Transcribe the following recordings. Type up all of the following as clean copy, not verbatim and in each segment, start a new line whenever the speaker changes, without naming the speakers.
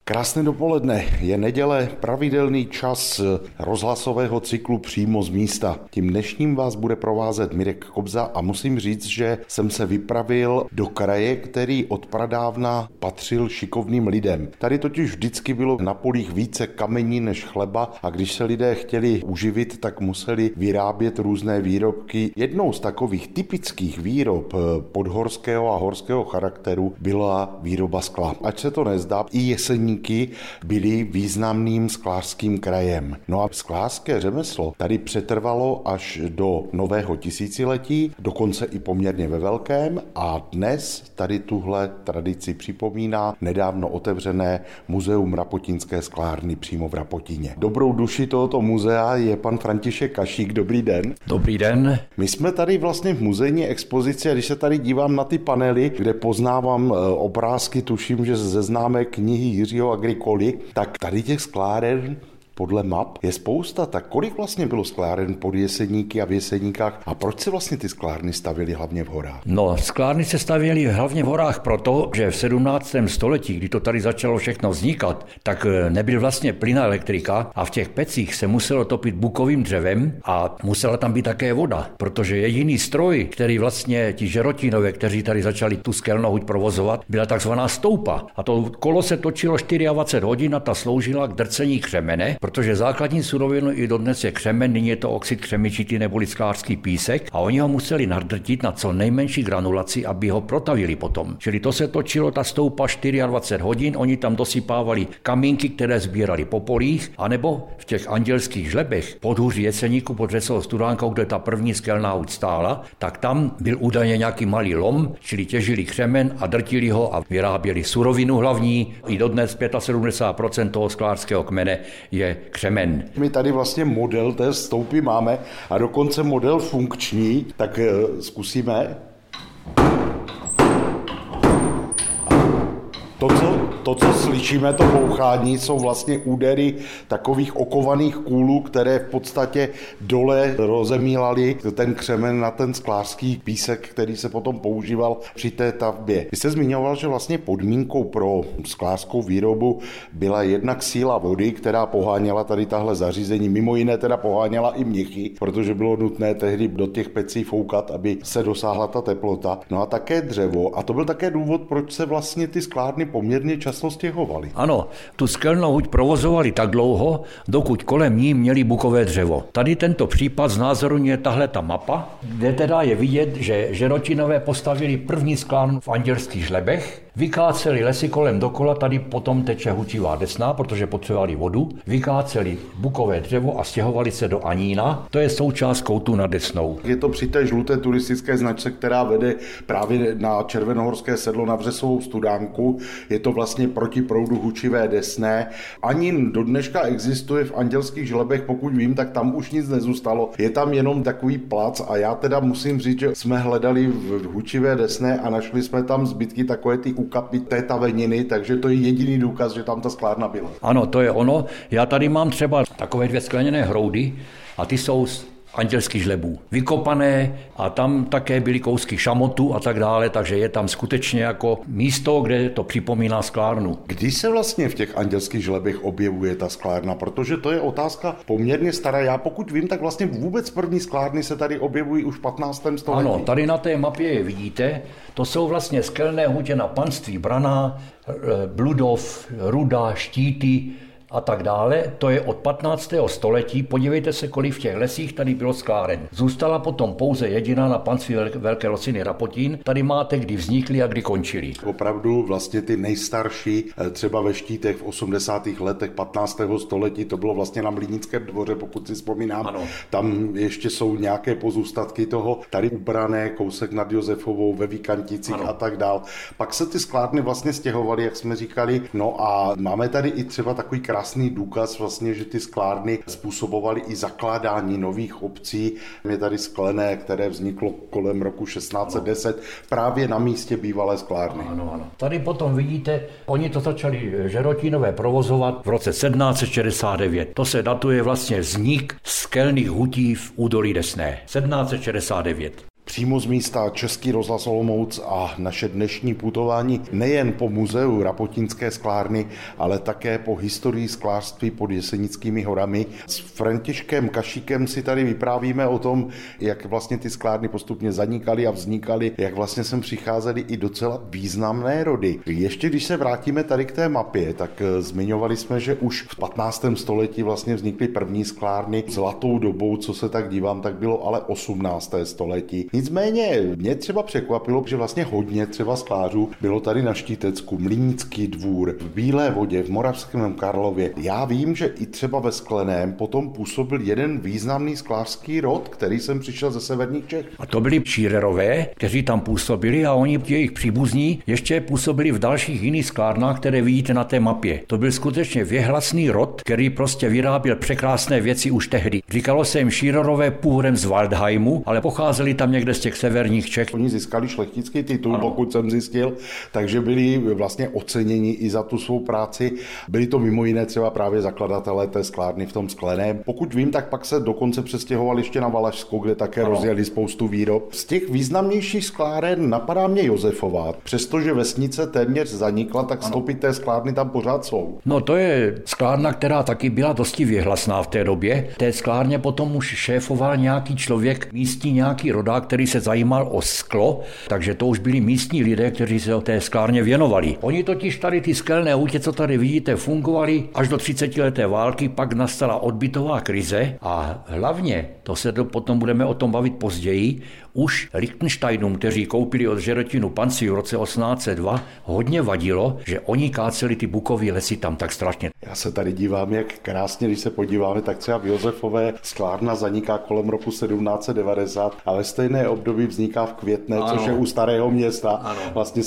Krásné dopoledne, je neděle, pravidelný čas rozhlasového cyklu Přímo z místa. Tím dnešním vás bude provázet Mirek Kobza a musím říct, že jsem se vypravil do kraje, který od pradávna patřil šikovným lidem. Tady totiž vždycky bylo na polích více kamení než chleba a když se lidé chtěli uživit, tak museli vyrábět různé výrobky. Jednou z takových typických výrob podhorského a horského charakteru byla výroba skla. Ať se to nezdá, i Jeseníky byli významným sklářským krajem. No a sklářské řemeslo tady přetrvalo až do nového tisíciletí, dokonce i poměrně ve velkém, a dnes tady tuhle tradici připomíná nedávno otevřené muzeum Rapotínské sklárny přímo v Rapotíně. Dobrou duši tohoto muzea je pan František Kašík. Dobrý den.
Dobrý den.
My jsme tady vlastně v muzejní expozici a když se tady dívám na ty panely, kde poznávám obrázky, tuším, že ze známé knihy Jiřího Agrikoly, tak tady těch skláren podle map je spousta. Tak kolik vlastně bylo skláren pod Jeseníky a v Jeseníkách a proč se vlastně ty sklárny stavěly hlavně v horách?
No, sklárny se stavěly hlavně v horách proto, že v 17. století, kdy to tady začalo všechno vznikat, tak nebyl vlastně plynná elektrika a v těch pecích se muselo topit bukovým dřevem a musela tam být také voda, protože jediný stroj, který vlastně ti žerotínové, kteří tady začali tu skelnohuť provozovat, byla takzvaná stoupa. A to kolo se točilo 24 hodin a ta sloužila k drcení křemene, protože základní surovinu i dodnes je křemen, nyní je to oxid křemičitý nebo sklářský písek a oni ho museli nadrtit na co nejmenší granulaci, aby ho protavili potom. Čili to se točilo ta stoupa 24 hodin, oni tam dosypávali kamínky, které sbírali po polích, anebo v těch Andělských žlebech podhůří Jeseníku pod Řecovou Studánkou, kde ta první skelná huť stála, tak tam byl údajně nějaký malý lom, čili těžili křemen a drtili ho a vyráběli surovinu hlavní. I dodnes 75% toho sklářského kmene je křemen.
My tady vlastně model té stoupy máme a dokonce model funkční, tak zkusíme. To, co slyšíme, to bouchání, jsou vlastně údery takových okovaných kůlů, které v podstatě dole rozemílaly ten křemen na ten sklářský písek, který se potom používal při té tavbě. Vy jste zmiňoval, že vlastně podmínkou pro sklářskou výrobu byla jednak síla vody, která poháněla tady tahle zařízení, mimo jiné teda poháněla i mnichy, protože bylo nutné tehdy do těch pecí foukat, aby se dosáhla ta teplota. No a také dřevo. A to byl také důvod, proč se vlastně ty sklárny poměrně často stěhovali.
Ano, tu skelnou huť provozovali tak dlouho, dokud kolem ní měli bukové dřevo. Tady tento případ znázorňuje tahle ta mapa, kde teda je vidět, že žerotínové postavili první sklárnu v Andělských žlebech, vykáceli lesy kolem dokola, tady potom teče Hučivá Desná, protože potřebovali vodu, vykáceli bukové dřevo a stěhovali se do Anína, to je součást Koutu nad Desnou.
Je to při té žluté turistické značce, která vede právě na Červenohorské sedlo na Vřesovou Studánku, je to vlastně proti proudu Hučivé Desné. Anín do dneška existuje v Andělských žlebech, pokud vím, tak tam už nic nezůstalo. Je tam jenom takový plac a já teda musím říct, že jsme hledali v Hučivé Desné a našli jsme tam zbytky takové ty úkapy té taveniny, takže to je jediný důkaz, že tam ta sklárna byla.
Ano, to je ono. Já tady mám třeba takové 2 skleněné hroudy a ty jsou Andělských žlebů vykopané a tam také byly kousky šamotu a tak dále, takže je tam skutečně jako místo, kde to připomíná sklárnu.
Kdy se vlastně v těch Andělských žlebech objevuje ta sklárna? Protože to je otázka poměrně stará. Já pokud vím, tak vlastně vůbec první sklárny se tady objevují už v 15. století.
Ano, tady na té mapě je vidíte, to jsou vlastně skelné hutě na panství Braná, Bludov, Ruda, Štíty a tak dále. To je od 15. století. Podívejte se, kolik v těch lesích tady bylo skláren. Zůstala potom pouze jediná na panství Velké Losiny Rapotín. Tady máte, kdy vznikly a kdy končily.
Opravdu vlastně ty nejstarší, třeba ve Štítech v 80. letech 15. století, to bylo vlastně na Mlýnickém dvoře, pokud si vzpomínám.
Ano.
Tam ještě jsou nějaké pozůstatky toho. Tady u Brané, kousek nad Josefovou, ve Víkanticích a tak dál. Pak se ty sklárny vlastně stěhovaly, jak jsme říkali. No a máme tady i třeba takový krásný důkaz vlastně, že ty sklárny způsobovaly i zakládání nových obcí. Je tady Sklené, které vzniklo kolem roku 1610 právě na místě bývalé sklárny.
Ano. Tady potom vidíte, oni to začali žerotínové provozovat v roce 1769. To se datuje vlastně vznik skelných hutí v údolí Desné. 1769.
Přímo z místa Český rozhlas Olomouc a naše dnešní putování nejen po muzeu Rapotinské sklárny, ale také po historii sklářství pod Jesenickými horami. S Františkem Kašíkem si tady vyprávíme o tom, jak vlastně ty sklárny postupně zanikaly a vznikaly, jak vlastně sem přicházely i docela významné rody. Ještě když se vrátíme tady k té mapě, tak zmiňovali jsme, že už v 15. století vlastně vznikly první sklárny. Zlatou dobou, co se tak dívám, tak bylo ale 18. století. Nicméně mě třeba překvapilo, že vlastně hodně třeba sklářů bylo tady na Štítecku, Mlýnický dvůr, v Bílé Vodě, v Moravském Karlově. Já vím, že i třeba ve Skleném potom působil jeden významný sklářský rod, který sem přišel ze severních Čech.
A to byli Šírerové, kteří tam působili a oni, jejich příbuzní, ještě působili v dalších jiných sklárnách, které vidíte na té mapě. To byl skutečně věhlasný rod, který prostě vyráběl překrásné věci už tehdy. Říkalo se jim Šírerové původem z Waldheimu, ale pocházeli tam někde z těch severních Čech.
Oni získali šlechtický titul, ano. Pokud jsem zjistil, takže byli vlastně oceněni i za tu svou práci. Byli to mimo jiné třeba právě zakladatelé té sklárny v tom Skleném. Pokud vím, tak pak se dokonce přestěhovali ještě na Valašsko, kde také rozjeli spoustu výrob. Z těch významnějších skláren napadá mě Josefova. Přestože vesnice téměř zanikla, tak stopy té sklárny tam pořád jsou.
No to je sklárna, která taky byla dosti věhlasná v té době. Té sklárně potom už šéfoval nějaký člověk, místní nějaký rodák, který se zajímal o sklo, takže to už byli místní lidé, kteří se o té sklárně věnovali. Oni totiž tady ty skelné hutě, co tady vidíte, fungovali až do 30leté války, pak nastala odbytová krize a hlavně, to se potom budeme o tom bavit později, už Lichtensteinům, kteří koupili od Žerotinu Panciu v roce 1802, hodně vadilo, že oni káceli ty bukový lesy tam tak strašně.
Já se tady dívám, jak krásně, když se podíváme, tak třeba v Josefové sklárna zaniká kolem roku 1790, ale stejné období vzniká v Květné, což je u Starého Města, vlastně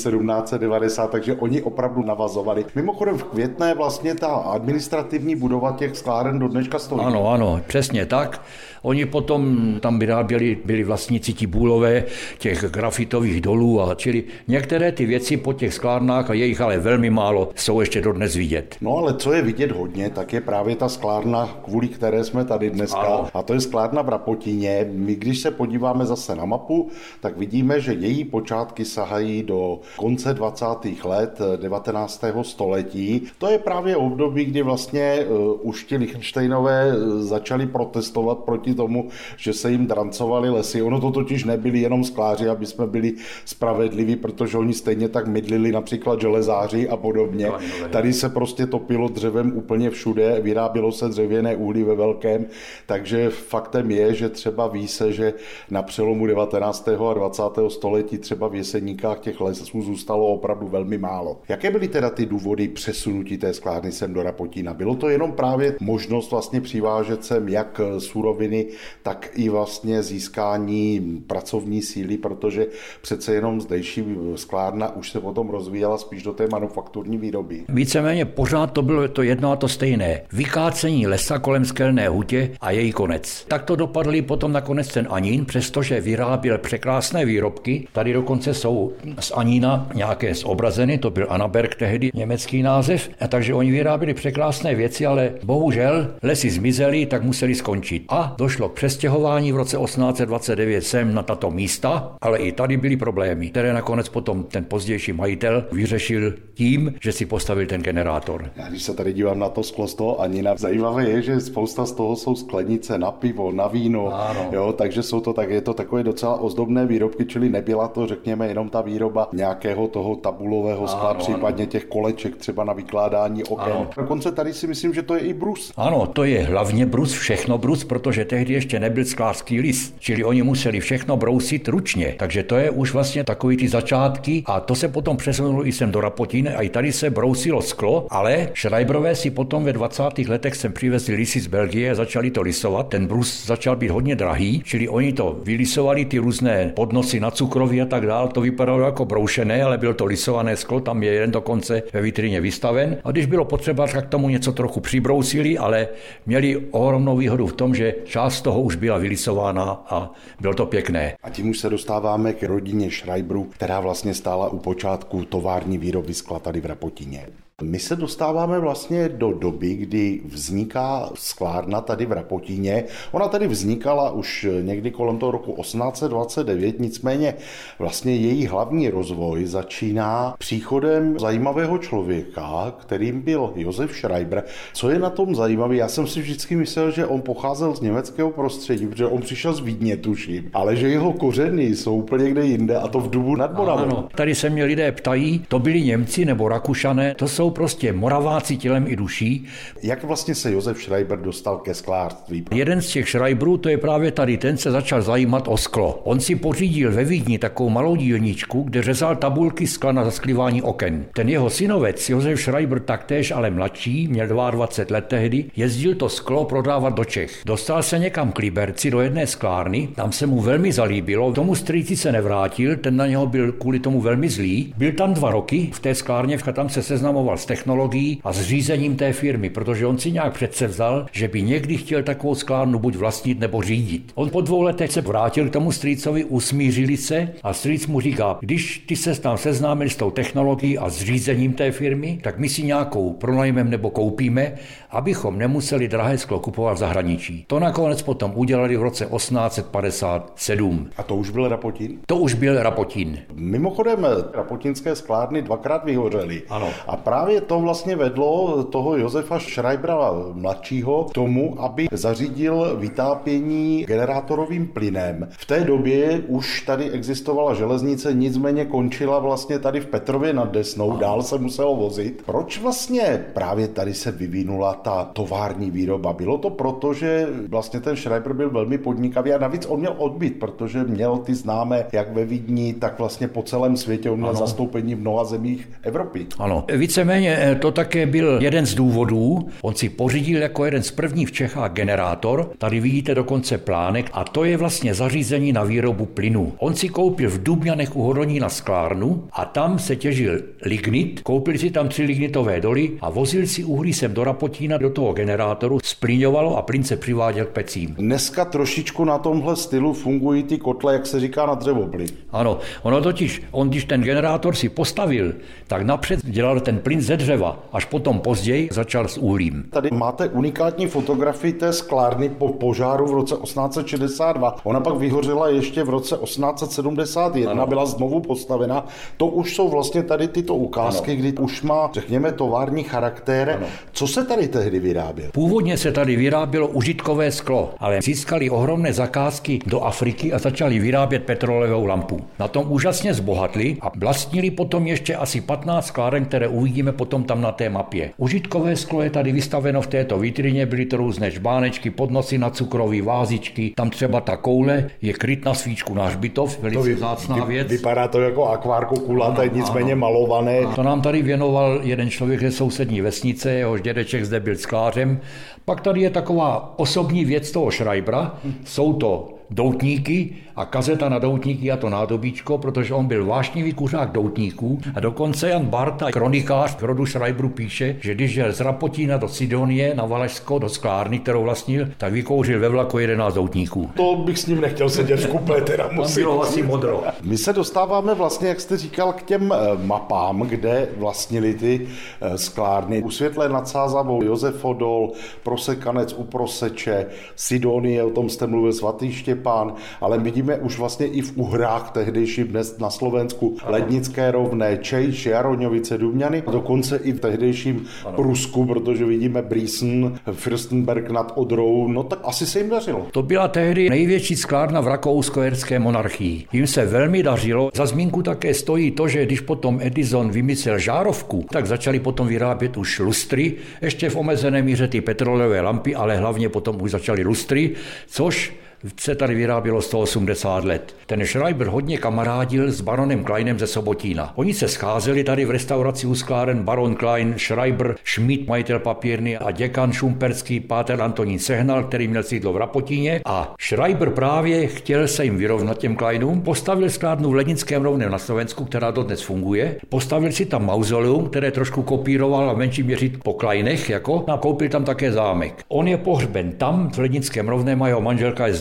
1790, takže oni opravdu navazovali. Mimochodem v Květné vlastně ta administrativní budova těch skláren do dneška stojí.
Ano, přesně tak. Oni potom tam vyráběli, byli vlastníci ti Bůlové, těch grafitových dolů, a čili některé ty věci po těch sklárnách, a je jich ale velmi málo, jsou ještě dodnes vidět.
No ale co je vidět hodně, tak je právě ta sklárna, kvůli které jsme tady dneska, a to je sklárna v Rapotině. My když se podíváme zase na mapu, tak vidíme, že její počátky sahají do konce 20. let 19. století. To je právě období, kdy vlastně už ti Lichtensteinové začali protestovat proti tomu, že se jim drancovali lesy. Ono to totiž nebyli jenom skláři, aby jsme byli spravedliví, protože oni stejně tak mydlili například železáři a podobně. Tady se prostě topilo dřevem úplně všude, vyrábělo se dřevěné uhlí ve velkém, takže faktem je, že třeba ví se, že na přelomu 19. a 20. století třeba v Jeseníkách těch lesů zůstalo opravdu velmi málo. Jaké byly teda ty důvody přesunutí té sklárny sem do Rapotína? Bylo to jenom právě možnost vlastně přivážet sem jak suroviny, tak i vlastně získání pracovní síly, protože přece jenom zdejší sklárna už se potom rozvíjela spíš do té manufakturní výroby.
Víceméně pořád to bylo to jedno a to stejné. Vykácení lesa kolem skelné hutě a její konec. Tak to dopadl potom nakonec ten Anín, přestože vyráběl překrásné výrobky. Tady dokonce jsou z Anína nějaké zobrazeny, to byl Annaberg tehdy německý název, a takže oni vyráběli překrásné věci, ale bohužel lesy zmizely, tak museli skončit. A došlo k přestěhování v roce 1829 sem na tato místa, ale i tady byly problémy, které nakonec potom ten pozdější majitel vyřešil tím, že si postavil ten generátor.
Já když se tady dívám na to sklo z toho Anína, zajímavé je, že spousta z toho jsou sklenice na pivo, na víno, jo, takže jsou to tak, je to takové docela ozdobné výrobky, čili nebyla to, řekněme, jenom ta výroba nějakého toho tabulového skla, případně těch koleček třeba na vykládání oken. Dokonce tady si myslím, že to je i brus.
Ano, to je hlavně brus, všechno brus, protože tehdy ještě nebyl sklářský lis, čili oni museli všechno brousit ručně, takže to je už vlastně takový ty začátky a to se potom přesunulo i sem do Rapotín a i tady se brousilo sklo, ale Schreiberové si potom ve 20. letech sem přivezli lisy z Belgie a začali to lisovat. Ten brus začal být hodně drahý, čili oni to vylisovali, ty různé podnosy na cukroví a tak dál, to vypadalo jako broušené, ale bylo to lisované sklo, tam je jeden dokonce ve vitrině vystaven. A když bylo potřeba, tak tomu něco trochu přibrousili, ale měli ohromnou výhodu v tom, že část toho už byla vylisována a bylo to pěkné.
A tím už se dostáváme k rodině Schreiberů, která vlastně stála u počátku tovární výroby skla tady v Rapotíně. My se dostáváme vlastně do doby, kdy vzniká sklárna tady v Rapotíně. Ona tady vznikala už někdy kolem toho roku 1829, nicméně vlastně její hlavní rozvoj začíná příchodem zajímavého člověka, kterým byl Josef Schreiber. Co je na tom zajímavé? Já jsem si vždycky myslel, že on pocházel z německého prostředí, protože on přišel z Vídně, tuším, ale že jeho kořeny jsou úplně někde jinde, a to v Dubu nad Moravou.
Ano, tady se mě lidé ptají, to byli Němci nebo Rakušané, to jsou prostě Moraváci tělem i duší.
Jak vlastně se Josef Schreiber dostal ke sklářství?
Jeden z těch Schreiberů, to je právě tady, ten se začal zajímat o sklo. On si pořídil ve Vídni takovou malou dílničku, kde řezal tabulky skla na zasklívání oken. Ten jeho synovec, Josef Schreiber, taktéž ale mladší, měl 22 let tehdy, jezdil to sklo prodávat do Čech. Dostal se někam k Liberci do jedné sklárny, tam se mu velmi zalíbilo, tomu strýci se nevrátil, ten na něho byl kvůli tomu velmi zlý. Byl tam 2 roky v té sklárně, tam se seznamoval s technologií a s řízením té firmy, protože on si nějak předsevzal, že by někdy chtěl takovou sklárnu buď vlastnit nebo řídit. On po 2 letech se vrátil k tomu strýcovi, usmířili se a strýc mu říká, když ty se tam seznámil s tou technologií a s řízením té firmy, tak my si nějakou pronajmeme nebo koupíme, abychom nemuseli drahé sklo kupovat v zahraničí. To nakonec potom udělali v roce 1857.
A to už byl Rapotín?
To už byl Rapotín.
Mimochodem, rapotinské sklárny 2krát vyhořely.
Ano.
A právě to vlastně vedlo toho Josefa Schreibera mladšího k tomu, aby zařídil vytápění generátorovým plynem. V té době už tady existovala železnice, nicméně končila vlastně tady v Petrově nad Desnou, dál se muselo vozit. Proč vlastně právě tady se vyvinula ta tovární výroba? Bylo to proto, že vlastně ten Schreiber byl velmi podnikavý a navíc on měl odbyt, protože měl ty známé jak ve Vídni, tak vlastně po celém světě. On měl zastoupení v mnoha zemích Evropy.
Ano, víceméně to také byl jeden z důvodů. On si pořídil jako jeden z prvních v Čechách generátor. Tady vidíte dokonce plánek a to je vlastně zařízení na výrobu plynu. On si koupil v Dubňanech u Hodonína sklárnu a tam se těžil lignit. Koupil si tam 3 lignitové doly a vozil si uhlí sem do Rapotína do toho generátoru, splíňovalo a plyn se přiváděl k pecím.
Dneska trošičku na tomhle stylu fungují ty kotle, jak se říká, na dřevoplyn.
Ano, ono totiž, když ten generátor si postavil, tak napřed dělal ten plyn ze dřeva, až potom později začal s uhlím.
Tady máte unikátní fotografii té sklárny po požáru v roce 1862. Ona pak vyhořela ještě v roce 1871, ano. Byla znovu postavena. To už jsou vlastně tady tyto ukázky, ano. Kdy už má, řekněme, tovární charakter. Ano. Co se tady tehdy vyrábělo?
Původně se tady vyrábělo užitkové sklo, ale získali ohromné zakázky do Afriky a začali vyrábět petrolejovou lampu. Na tom úžasně zbohatli a vlastnili potom ještě asi 15 skláren, které uvidíme potom tam na té mapě. Užitkové sklo je tady vystaveno v této vitrině, byly to různé žbánečky, podnosy na cukroví, vázičky, tam třeba ta koule je kryt na svíčku náš bytov, velice vzácná věc.
Vypadá to jako akvárko kulaté, nicméně malované.
To nám tady věnoval jeden člověk ze sousední vesnice, jehož dědeček zde byl sklářem. Pak tady je taková osobní věc toho Schreibera, jsou to doutníky a kazeta na doutníky a to nádobíčko, protože on byl vášnivý kuřák doutníků a dokonce Jan Barta, kronikář rodu Schreiberu, píše, že když jel z Rapotína do Sidonie na Valašsko, do sklárny, kterou vlastnil, tak vykouřil ve vlaku 11 doutníků.
To bych s ním nechtěl sedět v kuple, teda musím.
Bylo asi modro.
My se dostáváme vlastně, jak jste říkal, k těm mapám, kde vlastnili ty sklárny. U Světlé nad Sázavou Josef Odol, Prosekanec u Proseče, Sidonie, o tom jste mluvil, Svatý Štěpán, ale vidíme už vlastně i v Uhrách, tehdejším dnes na Slovensku, Lednické Rovné, Čejš, Jaroňovice, Dubňany, a dokonce i v tehdejším Prusku, protože vidíme Briesen, Fürstenberg nad Odrou, no tak asi se jim dařilo.
To byla tehdy největší sklárna v rakousko-uherské monarchii. Jim se velmi dařilo. Za zmínku také stojí to, že když potom Edison vymyslel žárovku, tak začali potom vyrábět už lustry, ještě v omezené míře ty petrolejové lampy, ale hlavně potom už začaly lustry, což se tady vyrábělo 180 let. Ten Schreiber hodně kamarádil s baronem Kleinem ze Sobotína. Oni se scházeli tady v restauraci u skláren baron Klein, Schreiber, Schmidt, majitel papírny a děkan šumperský páter Antonín Sehnal, který měl sídlo v Rapotíně, a Schreiber právě chtěl se jim vyrovnat těm Kleinům, postavil sklárnu v Lednickém Rovném na Slovensku, která dodnes funguje, postavil si tam mauzoleum, které trošku kopíroval a menší měřit po Kleinech, a koupil tam také zámek. On je pohřben tam v Lednickém Rovném a jeho manželka je zde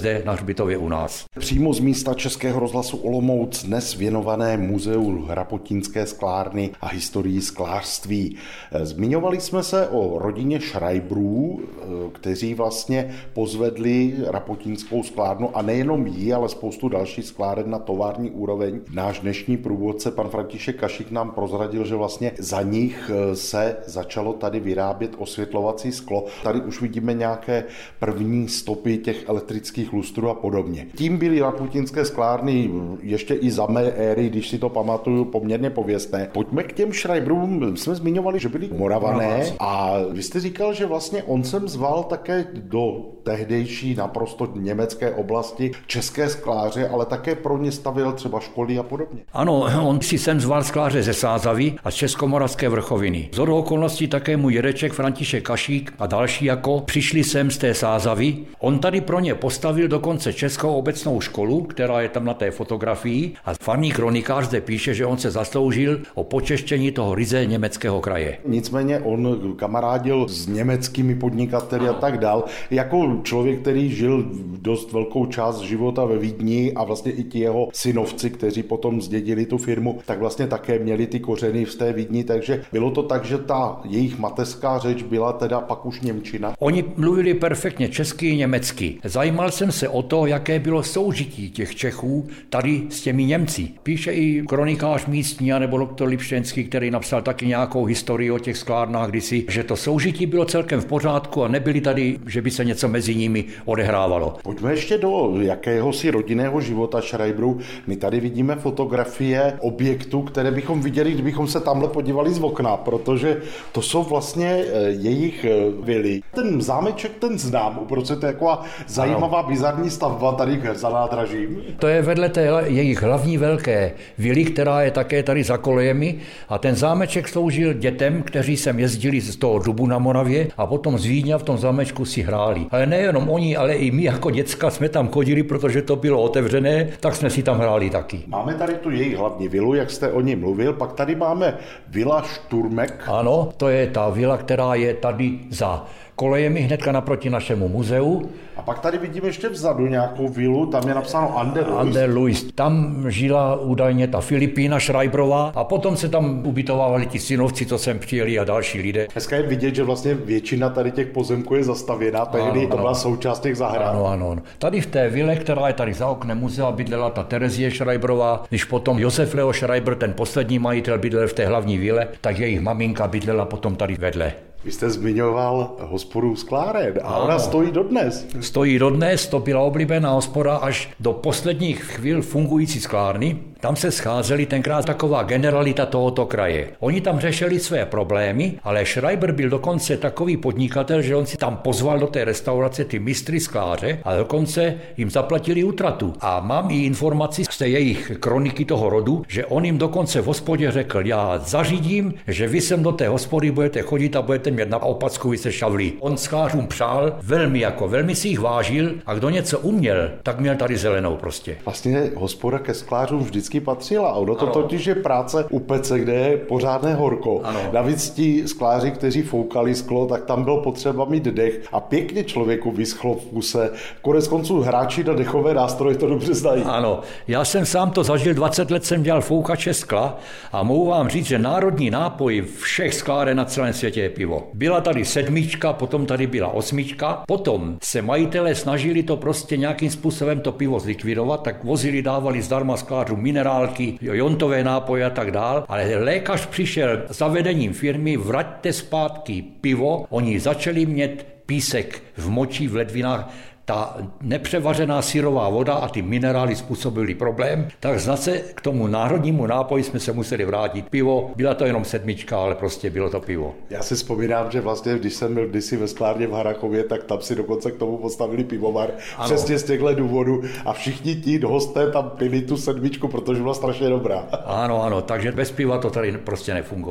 Rize na hřbitově u nás.
Přímo z místa Českého rozhlasu Olomouc, dnes věnované muzeu Hrapotínské sklárny a historii sklářství. Zmiňovali jsme se o rodině Schreiberů, kteří vlastně pozvedli Rapotínskou sklárnu a nejenom jí, ale spoustu dalších skláren na tovární úroveň. Náš dnešní průvodce, pan František Kašík, nám prozradil, že vlastně za nich se začalo tady vyrábět osvětlovací sklo. Tady už vidíme nějaké první stopy těch elektrických lustrů a podobně. Tím byly Rapotínské sklárny ještě i za mé éry, když si to pamatuju, poměrně pověstné. Pojďme k těm Schreiberům. Jsme zmiňovali, že byli Moravané a vy jste říkal, že vlastně on sem zval také do tehdejší naprosto německé oblasti české skláře, ale také pro ně stavěl třeba školy a podobně.
Ano, on si sem zval skláře ze Sázavy a z Českomoravské vrchoviny. Shodou okolností také můj dědeček František Kašík a další jako přišli sem z té Sázavy. On tady pro ně postavil dokonce Českou obecnou školu, která je tam na té fotografii, a farní kronikář zde píše, že on se zasloužil o počeštění toho ryze německého kraje.
Nicméně on kamarádil s německými podnikateli a tak dál. Jako člověk, který žil dost velkou část života ve Vídni a vlastně i ti jeho synovci, kteří potom zdědili tu firmu, tak vlastně také měli ty kořeny v té Vídni, takže bylo to tak, že ta jejich mateřská řeč byla teda pak už němčina.
Oni mluvili perfektně česky i německy. Zajímal jsem se o to, jaké bylo soužití těch Čechů tady s těmi Němci. Píše i kronikář místní, nebo doktor Lipštenský, který napsal taky nějakou historii o těch sklárnách kdysi, že to soužití bylo celkem v pořádku a nebyli tady, že by se něco mezi nimi odehrávalo.
Pojďme ještě do jakéhosi rodinného života Schreiberů. My tady vidíme fotografie objektů, které bychom viděli, kdybychom se tamhle podívali z okna, protože to jsou vlastně jejich vily. Ten zámeček, ten znám, uprostřed, to je taková zajímavá, bizarní stavba tady za nádražím.
To je vedle té jejich hlavní velké vily, která je také tady za kolejemi, a ten zámeček sloužil dětem, kteří sem jezdili z toho Dubu na Moravě a potom z Vídně v tom zámečku si hráli. Ale nejenom oni, ale i my jako děcka jsme tam chodili, protože to bylo otevřené, tak jsme si tam hráli taky.
Máme tady tu jejich hlavní vilu, jak jste o ní mluvil, pak tady máme vila Šturmek.
Ano, to je ta vila, která je tady za kolejemi hnedka naproti našemu muzeu.
A pak tady vidíme ještě vzadu nějakou vilu, tam je napsáno
Ander Louis. Tam žila údajně ta Filipína Schreiberová a potom se tam ubytovávali ti synovci, co sem přijeli, a další lidé.
Hezká je vidět, že vlastně většina tady těch pozemků je zastavěná, tehdy to byla součást těch zahrad.
Ano. Tady v té vile, která je tady za oknem muzea, bydlela ta Terezie Schreiberová, když potom Josef Leo Schreiber, ten poslední majitel, bydlel v té hlavní vile, tak jejich maminka bydlela potom tady vedle.
Vy jste zmiňoval hospodu skláren a ona stojí dodnes.
Stojí dodnes, to byla oblíbená hospoda až do posledních chvil fungující sklárny. Tam se scházeli tenkrát taková generalita tohoto kraje. Oni tam řešili své problémy, ale Schreiber byl dokonce takový podnikatel, že on si tam pozval do té restaurace ty mistry skláře a dokonce jim zaplatili útratu. A mám i informaci z té jejich kroniky toho rodu, že on jim dokonce v hospodě řekl: já zařídím, že vy sem do té hospody budete chodit a budete mít na opacku více šavlí. On sklářům přál velmi si jich vážil, a kdo něco uměl, tak měl tady zelenou prostě.
Vlastně hospoda ke sklářům vždycky patřila. Ono to totiž je práce u pece, kde je pořádné horko.
Ano.
Navíc ti skláři, kteří foukali sklo, tak tam bylo potřeba mít dech a pěkně člověku vyschlo v kuse. Koneckonců hráči na dechové nástroje to dobře znají.
Ano, já jsem sám to zažil, 20 let jsem dělal foukače skla a mohu vám říct, že národní nápoj všech skláren na celém světě je pivo. Byla tady 7, potom tady byla 8, potom se majitelé snažili to prostě nějakým způsobem to pivo zlikvidovat, tak vozili, dávali zdarma sklářům minerálky, jontové nápoje a tak dál, ale lékař přišel za vedením firmy: vraťte zpátky pivo. Oni začali mít písek v moči, v ledvinách, ta nepřevařená syrová voda a ty minerály způsobily problém, tak zase k tomu národnímu nápoji jsme se museli vrátit. Pivo, byla to jenom 7, ale prostě bylo to pivo.
Já si vzpomínám, že vlastně, když jsem byl kdysi ve sklárně v Harrachově, tak tam si dokonce k tomu postavili pivovar. Ano. Přesně z těchto důvodů a všichni ti hosté tam pili tu 7, protože byla strašně dobrá.
Ano, takže bez piva to tady prostě nefungovalo.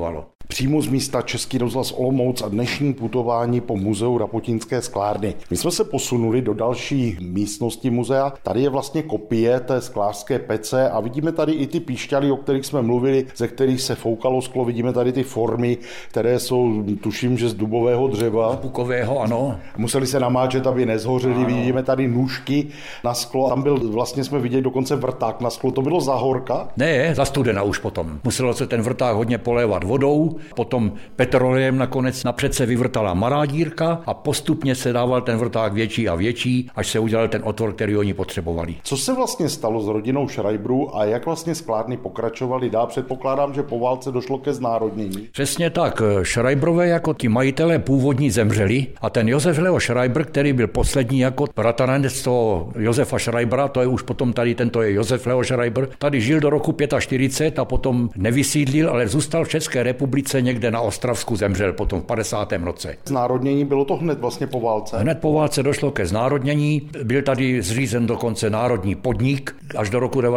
přímo z místa Český rozhlas Olomouc a dnešní putování po muzeu Rapotinské sklárny. My jsme se posunuli do další místnosti muzea. Tady je vlastně kopie té sklářské pece a vidíme tady i ty píšťaly, o kterých jsme mluvili, ze kterých se foukalo sklo. Vidíme tady ty formy, které jsou, tuším, že z dubového dřeva.
Bukového, ano.
Museli se namáčet, aby nezhořeli. Ano. Vidíme tady nůžky na sklo. Tam byl, vlastně jsme viděli dokonce vrták na sklo. To bylo za horka?
Ne, za studena už potom. Muselo se ten vrták hodně polévat vodou, potom petrolejem nakonec napřed se vyvrtala malá dírka a postupně se dával ten vrták větší a větší, až se udělal ten otvor, který oni potřebovali.
Co se vlastně stalo s rodinou Schreiberů a jak vlastně sklárny pokračovaly dál? Předpokládám, že po válce došlo ke znárodnění.
Přesně tak. Schreiberové jako ti majitelé původní zemřeli a ten Josef Leo Schreiber, který byl poslední jako bratranec toho Josefa Schreibera, to je už potom tady tento je Josef Leo Schreiber, tady žil do roku 45 a potom nevysídlil, ale zůstal v České republice někde na Ostravsku, zemřel potom v 50. roce.
Znárodnění bylo to hned vlastně po válce?
Hned po válce došlo ke znárodnění, byl tady zřízen dokonce národní podnik až do roku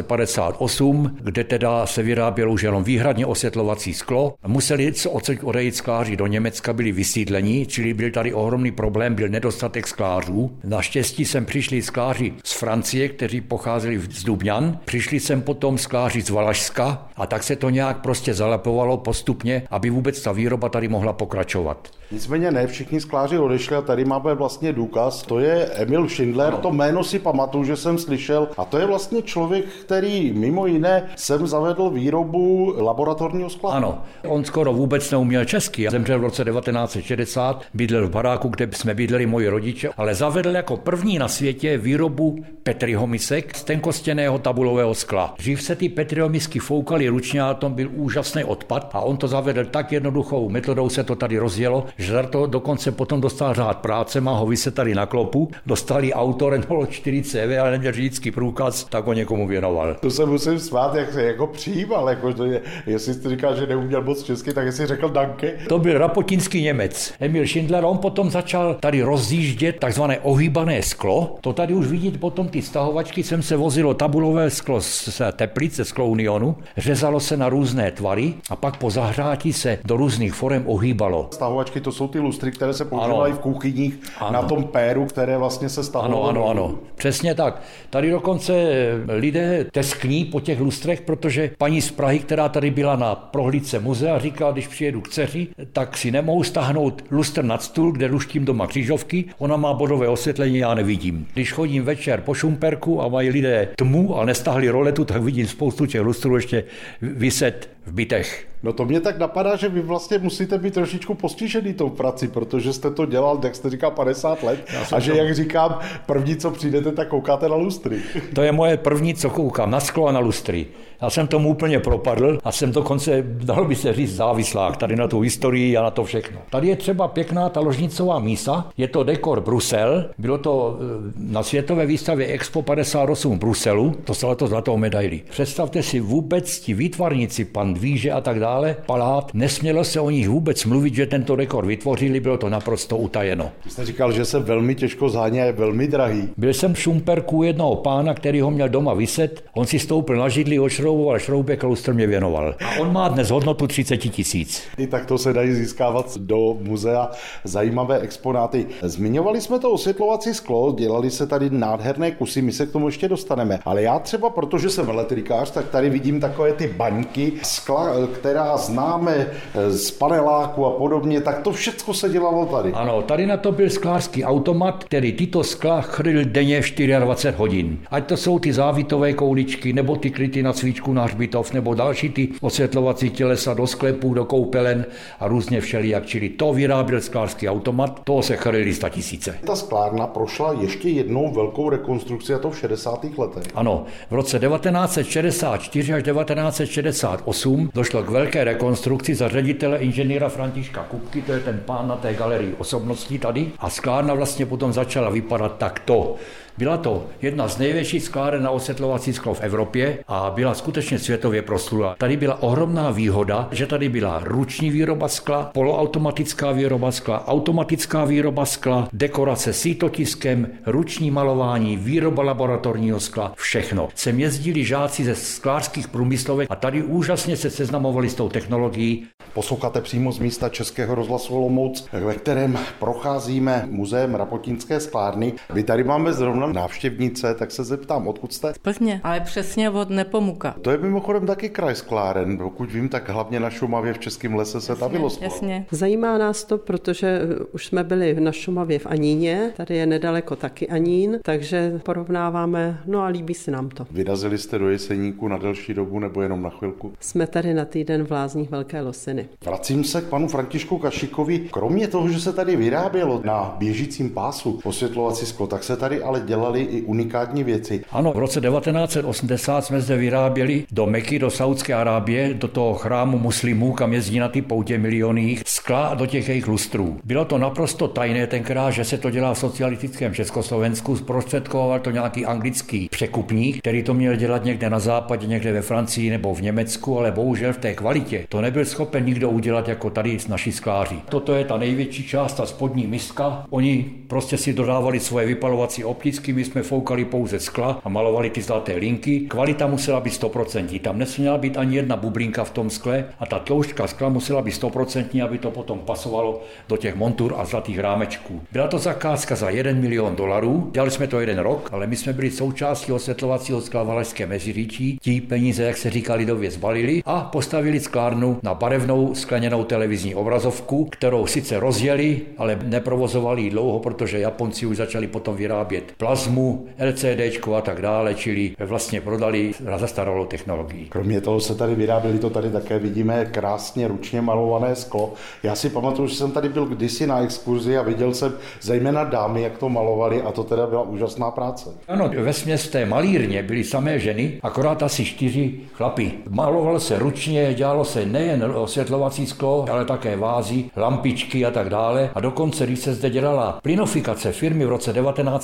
1958, kde teda se vyrábělo už jenom výhradně osvětlovací sklo. Museli odejít skláři do Německa, byli vysídleni, čili byl tady ohromný problém, byl nedostatek sklářů. Naštěstí sem přišli skláři z Francie, kteří pocházeli z Dubňan, přišli sem potom skláři z Valašska a tak se to nějak prostě zalepovalo postupně, aby vůbec ta výroba tady mohla pokračovat.
Nicméně ne všichni skláři odešli a tady máme vlastně důkaz, to je Emil Schindler, to jméno si pamatuju, že jsem slyšel a to je vlastně člověk, který mimo jiné sem zavedl výrobu laboratorního skla.
Ano, on skoro vůbec neuměl česky, zemřel v roce 1960, bydlel v baráku, kde jsme bydleli moji rodiče, ale zavedl jako první na světě výrobu petrihomisek z tenkostěného tabulového skla. Dřív se ty petrihomisky foukaly ručně a tom byl úžasný odpad a on to zavedl tak jednoduchou metodou, se to tady rozjelo, že za to dokonce potom dostal řád práce, má ho vyset tady na klopu, dostali autor Renault 4 CV, ale neměl řidičský průkaz, tak ho někomu věnoval.
To se musím smát, jak se jako přijímal, jako to je, jestli jsi říkal, že neuměl moc česky, tak jestli řekl danke.
To byl rapotinský Němec. Emil Schindler, on potom začal tady rozjíždět takzvané ohýbané sklo. To tady už vidět potom ty stahovačky, sem se vozilo tabulové sklo z Teplic, ze sklo Unionu, řezalo se na různé tvary a pak po zahřátí se do různých forem ohýbalo.
Stahovačky to jsou ty lustry, které se používají v kuchyních na tom péru, které vlastně se stahovalo.
Ano. Přesně tak. Tady dokonce lidé teskní po těch lustrech, protože paní z Prahy, která tady byla na prohlídce muzea, říkala, když přijedu k dceři, tak si nemohu stáhnout lustr nad stůl, kde luštím doma křížovky. Ona má bodové osvětlení, já nevidím. Když chodím večer po Šumperku a mají lidé tmu a nestáhli roletu, tak vidím spoustu těch lustrů ještě viset v bytech.
No to mě tak napadá, že vy vlastně musíte být trošičku postižený tou prací, protože jste to dělal, jak jste říkal, 50 let a že, jak říkám, první, co přijdete, tak koukáte na lustry.
To je moje první, co koukám, na sklo a na lustry. Já jsem tomu úplně propadl a jsem dokonce, dalo by se říct, závislák tady na tu historii a na to všechno. Tady je třeba pěkná ta ložnicová mísa, je to dekor Brusel, bylo to na světové výstavě Expo 58 v Bruselu, to se letos zlatou medaili. Představte si vůbec ti výtvarníci, pan Dvíže a tak dále, Palát, nesmělo se o nich vůbec mluvit, že tento dekor vytvořili, bylo to naprosto utajeno.
Vy jste říkal, že se velmi těžko zháně a je velmi drahý.
Byl jsem v Šumperku jednoho pána, který ho měl doma viset, on si stoupil na židli, odšrouboval šroubek a lustr mě věnoval. A on má dnes hodnotu 30 000.
I takto se dají získávat do muzea zajímavé exponáty. Zmiňovali jsme to osvětlovací sklo, dělali se tady nádherné kusy, my se k tomu ještě dostaneme. Ale já třeba, protože jsem elektrikář, tak tady vidím takové ty baňky, skla, která známe z paneláku a podobně, tak to všechno se dělalo tady.
Ano, tady na to byl sklářský automat, který tyto skla chrlil denně 24 hodin. Ať to jsou ty závitové kouličky, nebo ty kryty na cvičku na hřbitov, nebo další ty osvětlovací tělesa do sklepů, do koupelen a různě všelijak. Čili to vyráběl sklářský automat, toho se chrlili 100 000.
Ta sklárna prošla ještě jednou velkou rekonstrukci, a to v 60. letech.
Ano, v roce 1964 až 1968 došlo k velké rekonstrukci za ředitele inženýra Františka Kupky, to je ten pán na té galerii osobností tady, a sklárna vlastně potom začala vypadat takto. Byla to jedna z největších skláren na osvětlovací sklo v Evropě a byla skutečně světově proslulá. Tady byla ohromná výhoda, že tady byla ruční výroba skla, poloautomatická výroba skla, automatická výroba skla, dekorace sítotiskem, ruční malování, výroba laboratorního skla, všechno. Sem jezdili žáci ze sklářských průmyslovek a tady úžasně se seznamovali s tou technologií.
Posloucháte přímo z místa Českého rozhlasu Olomouc, ve kterém procházíme muzeem Rapotínské sklárny. Vy tady máme zrovna návštěvnice, tak se zeptám, odkud jste?
Z Plzně, ale přesně od Nepomuka.
To je mimochodem taky kraj skláren. Pokud vím, tak hlavně na Šumavě v Českém lese se tavilo sklo.
Jasně.
Zajímá nás to, protože už jsme byli na Šumavě v Aníně, tady je nedaleko taky Anín, takže porovnáváme, no a líbí se nám to.
Vyrazili jste do Jeseníku na delší dobu nebo jenom na chvilku?
Jsme tady na týden v Lázních Velké Losiny.
Vracím se k panu Františku Kašíkovi. Kromě toho, že se tady vyrábělo na běžícím pásu osvětlovací sklo, tak se tady ale dělaly i unikátní věci.
Ano, v roce 1980 jsme zde vyráběli do Meky, do Saúdské Arábie, do toho chrámu muslimů, kam jezdí na ty poutě miliony skla do těch jejich lustrů. Bylo to naprosto tajné tenkrát, že se to dělá v socialistickém Československu, zprostředkoval to nějaký anglický překupník, který to měl dělat někde na západě, někde ve Francii nebo v Německu, ale bohužel v té kvalitě to nebyl schopen nikdo udělat jako tady s naší skláří. Toto je ta největší část, ta spodní miska. Oni prostě si dodávali svoje vypalovací opticky, my jsme foukali pouze skla a malovali ty zlaté linky. Kvalita musela být 100%. Tam nesměla být ani jedna bublinka v tom skle a ta tloušťka skla musela být 100%, aby to potom pasovalo do těch montur a zlatých rámečků. Byla to zakázka za $1 milion. Dělali jsme to 1 rok, ale my jsme byli součástí osvětlovacího skla Valašské Meziříčí. Ti peníze, jak se říká lidově, zbalili a postavili sklárnu na barevnou skleněnou televizní obrazovku, kterou sice rozjeli, ale neprovozovali ji dlouho, protože Japonci už začali potom vyrábět plazmu, LCDčko a tak dále, čili vlastně prodali zastaralou technologii.
Kromě toho se tady vyráběli, to tady také vidíme, krásně ručně malované sklo. Já si pamatuju, že jsem tady byl kdysi na exkurzi a viděl jsem zejména dámy, jak to malovali, a to teda byla úžasná práce.
Ano, vesměs té malírně byly samé ženy, akorát asi 4 chlapy. Maloval se ručně, dělalo se nejen osvětlovací sklo, ale také vázy, lampičky a tak dále. A dokonce, když se zde dělala plynofikace firmy v roce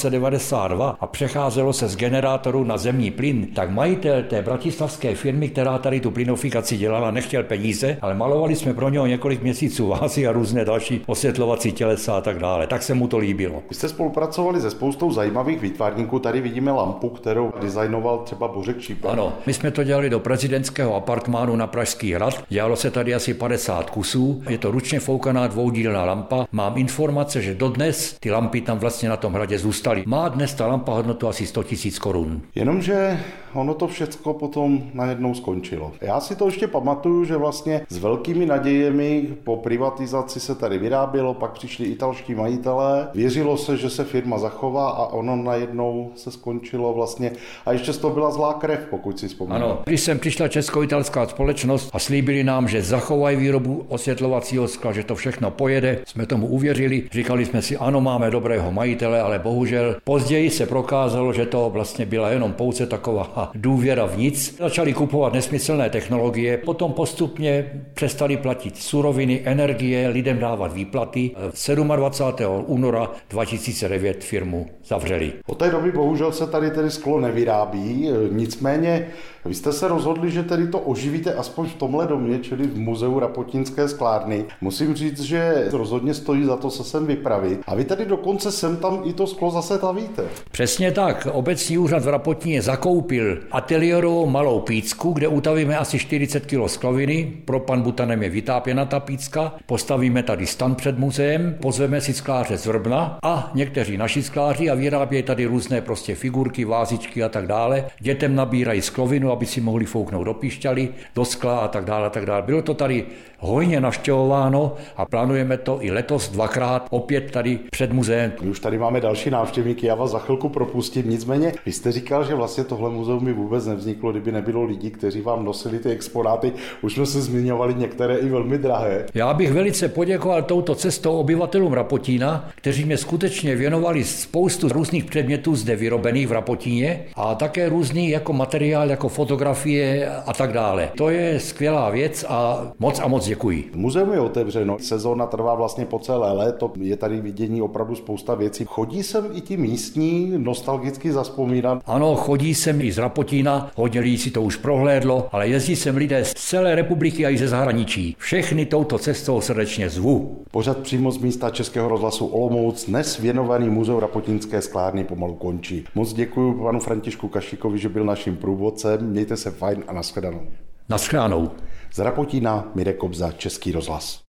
1992 a přecházelo se z generátoru na zemní plyn, tak majitel té bratislavské firmy, která tady tu plynofikaci dělala, nechtěl peníze, ale malovali jsme pro něho několik měsíců vázy a různé další osvětlovací tělesa a tak dále. Tak se mu to líbilo.
Vy jste spolupracovali se spoustou zajímavých výtvarníků. Tady vidíme lampu, kterou designoval třeba Bořek Šípek.
Ano, my jsme to dělali do prezidentského apartmánu na Pražský hrad. Dělalo se tady asi 50 kusů. Je to ručně foukaná dvoudílná lampa. Mám informace, že dodnes ty lampy tam vlastně na tom hradě zůstaly. Má dnes ta lampa hodnotu asi 100 000 korun.
Jenomže ono to všecko potom najednou skončilo. Já si to ještě pamatuju, že vlastně s velkými nadějemi po privatizaci se tady vyrábělo, pak přišli italští majitelé, věřilo se, že se firma zachová a ono najednou se skončilo vlastně. A ještě z toho byla zlá krev, pokud si vzpomínám.
Ano, když sem přišla česko-italská společnost a slíbili nám, že zachovají výrobu osvětlovacího skla, že to všechno pojede, jsme tomu uvěřili, říkali jsme si, ano, máme dobrého majitele, ale bohužel později se prokázalo, že to vlastně byla jenom pouze taková důvěra v nic. Začali kupovat nesmyslné technologie, potom postupně přestali platit suroviny, energie, lidem dávat výplaty. 27. února 2009 firmu zavřeli.
Od té doby bohužel se tady tedy sklo nevyrábí, nicméně vy jste se rozhodli, že tedy to oživíte aspoň v tomhle domě, čili v muzeu Rapotínské sklárny. Musím říct, že rozhodně stojí za to se sem vypravit. A vy tedy dokonce sem tam i to sklo zase tavíte.
Přesně tak. Obecní úřad v Rapotíně zakoupil ateliérovou malou pícku, kde utavíme asi 40 kg skloviny. Pro pan Butanem je vytápěna ta pícka. Postavíme tady stan před muzeem, pozveme si skláře z Vrbna a někteří naši skláři a vyrábějí tady různé prostě figurky, vázičky a tak dále. Dětem nabírají sklovinu, aby si mohli fouknout do píšťaly, do skla a tak dále a tak dále. Bylo to tady hojně navštěvováno a plánujeme to i letos 2krát opět tady před muzeem.
My už tady máme další návštěvníky, já vás za chvilku propustím. Nicméně, vy jste říkal, že vlastně tohle muzeum by vůbec nevzniklo, kdyby nebylo lidí, kteří vám nosili ty exponáty. Už jsme se zmiňovali některé i velmi drahé.
Já bych velice poděkoval touto cestou obyvatelům Rapotína, kteří mě skutečně věnovali spoustu různých předmětů zde vyrobených v Rapotíně a také různý jako materiál, jako fotografie a tak dále. To je skvělá věc a moc děkuji.
Muzeum je otevřeno, sezóna trvá vlastně po celé léto, je tady vidění opravdu spousta věcí. Chodí sem i ti místní nostalgicky zazpomínat?
Ano, chodí sem i z Rapotína, hodně lidí si to už prohlédlo, ale jezdí sem lidé z celé republiky a i ze zahraničí. Všechny touto cestou srdečně zvu.
Pořad přímo z místa Českého rozhlasu Olomouc, dnes věnovaný muzeu Rapotínské sklárny, pomalu končí. Moc děkuji panu Františku Kašíkovi, že byl naším průvodcem. Mějte se fajn a nashledanou.
Naschledanou.
Z Rapotína Mirek Kobza, Český rozhlas.